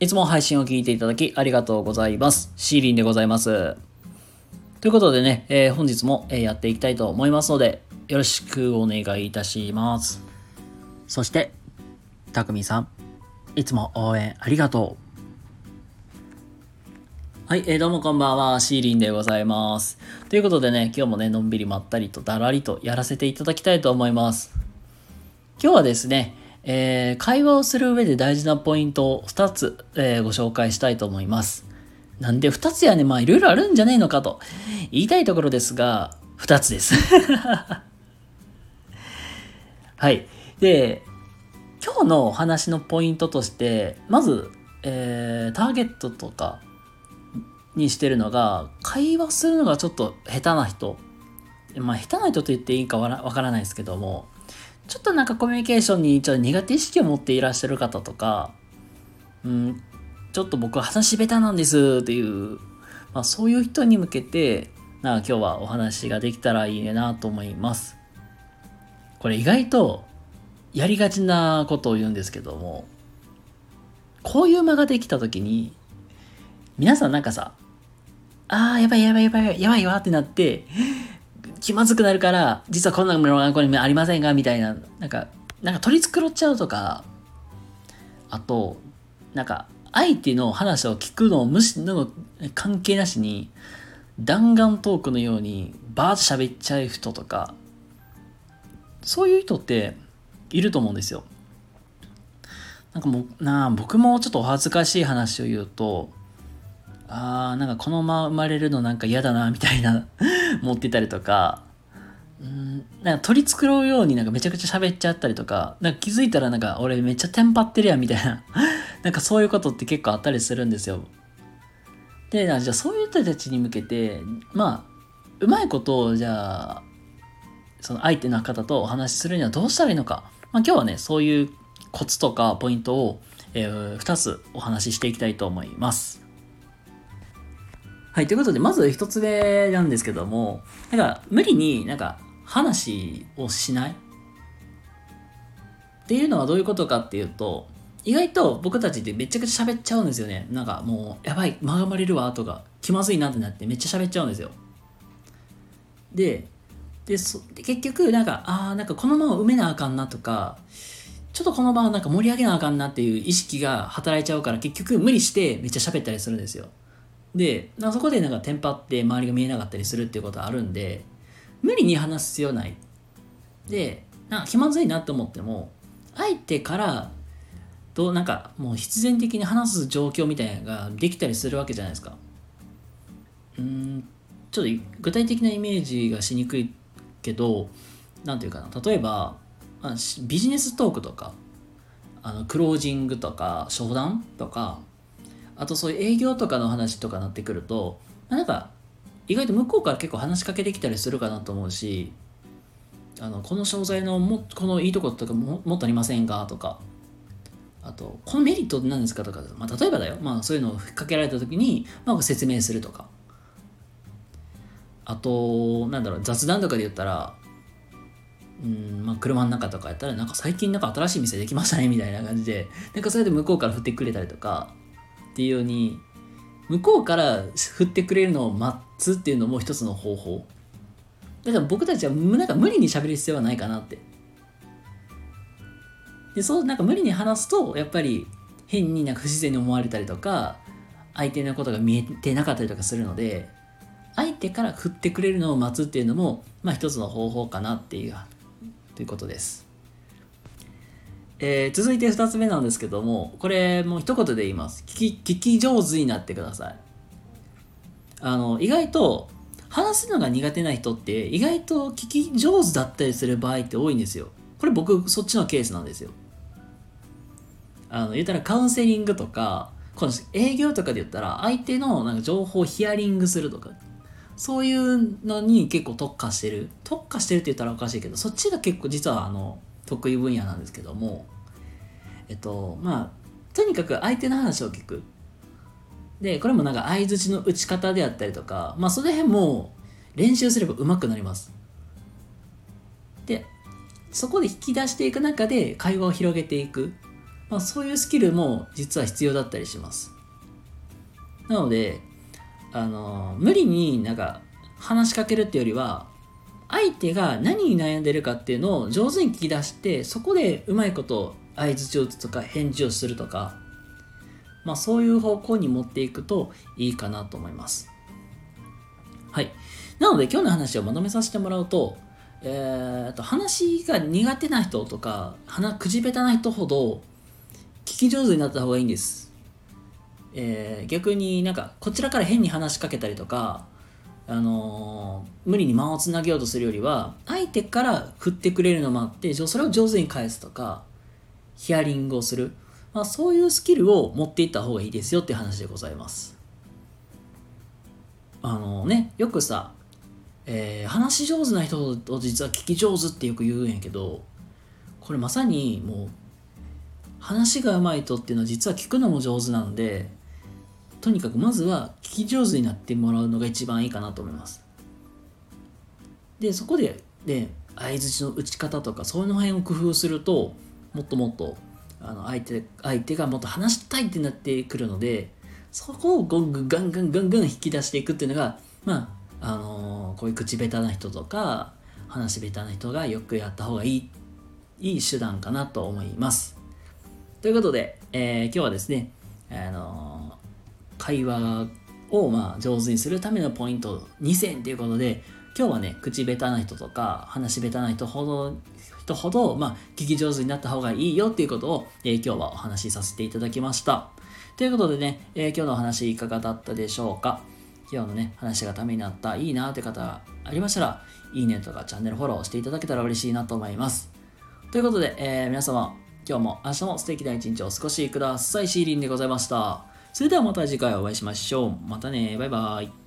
いつも配信を聞いていただきありがとうございます。シーリンでございます。ということでね、本日もやっていきたいと思いますので、よろしくお願いいたします。そして、たくみさん、いつも応援ありがとう。はい、どうもこんばんは、シーリンでございます。ということでね、今日もね、のんびりまったりとだらりとやらせていただきたいと思います。今日はですね、会話をする上で大事なポイントを2つ、ご紹介したいと思います。なんで2つやねん、いろいろあるんじゃねえのかと言いたいところですが、2つです。はい。で、今日のお話のポイントとして、まず、ターゲットとかにしてるのが、会話するのがちょっと下手な人。下手な人と言っていいかわからないですけども、ちょっとなんかコミュニケーションにちょっと苦手意識を持っていらっしゃる方とか、ちょっと僕は話下手なんですっていう、そういう人に向けて、今日はお話ができたらいいなと思います。これ意外とやりがちなことを言うんですけども、こういう間ができた時に、皆さんなんかさ、やばいわってなって、気まずくなるから、実はこんなものがこれありませんがみたいな、なんか取り繕っちゃうとか、あと、相手の話を聞くのを無視の関係なしに、弾丸トークのようにバーッと喋っちゃう人とか、そういう人っていると思うんですよ。僕もちょっとお恥ずかしい話を言うと、このまま生まれるの嫌だなみたいな持ってたりとか、取り繕うようにめちゃくちゃ喋っちゃったりとか、気づいたら俺めっちゃテンパってるやんみたいなそういうことって結構あったりするんですよ。で、じゃあそういう人たちに向けて、うまいことをじゃあその相手の方とお話しするにはどうしたらいいのか、今日はねそういうコツとかポイントを、2つお話ししていきたいと思います。はい、ということでまず1つ目なんですけども、無理に話をしないっていうのはどういうことかっていうと、意外と僕たちってめちゃくちゃ喋っちゃうんですよね。もうやばい間が生まれるわとか気まずいなってなってめっちゃ喋っちゃうんですよ。で結局このまま埋めなあかんなとか、ちょっとこの場を盛り上げなあかんなっていう意識が働いちゃうから、結局無理してめっちゃ喋ったりするんですよ。でそこでテンパって周りが見えなかったりするっていうことはあるんで、無理に話す必要ない。で気まずいなと思っても、相手からもう必然的に話す状況みたいなのができたりするわけじゃないですか。ちょっと具体的なイメージがしにくいけど、例えばビジネストークとかクロージングとか商談とか、あとそういう営業とかの話とかなってくると、意外と向こうから結構話しかけてきたりするかなと思うし、この商材のこのいいところとかもっとありませんかとか、あとこのメリット何ですかとか、例えばだよ、そういうのをかけられた時に、説明するとか、あと雑談とかで言ったら、車の中とかやったら最近新しい店できましたねみたいな感じで、それで向こうから振ってくれたりとかっていうように、向こうから振ってくれるのを待つっていうのも一つの方法だから、僕たちは無理に喋る必要はないかなって。でそう無理に話すとやっぱり変に不自然に思われたりとか、相手のことが見えてなかったりとかするので、相手から振ってくれるのを待つっていうのも一つの方法かなっていうということです。続いて2つ目なんですけども、これもう一言で言います。聞き上手になってください。意外と話すのが苦手な人って意外と聞き上手だったりする場合って多いんですよ。これ僕そっちのケースなんですよ。言ったらカウンセリングとか、この営業とかで言ったら相手の情報をヒアリングするとか、そういうのに結構特化してるって言ったらおかしいけど、そっちが結構実は得意分野なんですけども、とにかく相手の話を聞く。でこれも相槌の打ち方であったりとか、その辺も練習すれば上手くなります。でそこで引き出していく中で会話を広げていく。 そういうスキルも実は必要だったりします。なので無理に話しかけるっていうよりは、相手が何に悩んでるかっていうのを上手に聞き出して、そこでうまいこと相槌を打つとか返事をするとか、そういう方向に持っていくといいかなと思います。はい。なので今日の話をまとめさせてもらうと、話が苦手な人とか口下手な人ほど聞き上手になった方がいいんです。逆にこちらから変に話しかけたりとか、無理に間をつなげようとするよりは、相手から振ってくれるのもあって、それを上手に返すとかヒアリングをする、そういうスキルを持っていった方がいいですよっていう話でございます。よくさ、話し上手な人と実は聞き上手ってよく言うんやけど、これまさにもう話が上手い人っていうのは実は聞くのも上手なんで、とにかくまずは聞き上手になってもらうのが一番いいかなと思います。でそこで相槌の打ち方とかそういうの辺を工夫すると、もっともっと相手がもっと話したいってなってくるので、そこをガンガン引き出していくっていうのが、こういう口下手な人とか話下手な人がよくやった方がいい手段かなと思います。ということで、今日はですね、会話を上手にするためのポイント2選ということで、今日はね、口下手な人とか話下手な人ほど聞き上手になった方がいいよっていうことを、今日はお話しさせていただきました。ということでね、今日のお話いかがだったでしょうか。今日のね、話がためになった、いいなという方がありましたら、いいねとかチャンネルフォローしていただけたら嬉しいなと思います。ということで、皆様今日も明日も素敵な一日をお過ごしください。シーリンでございました。それではまた次回お会いしましょう。またね、バイバイ。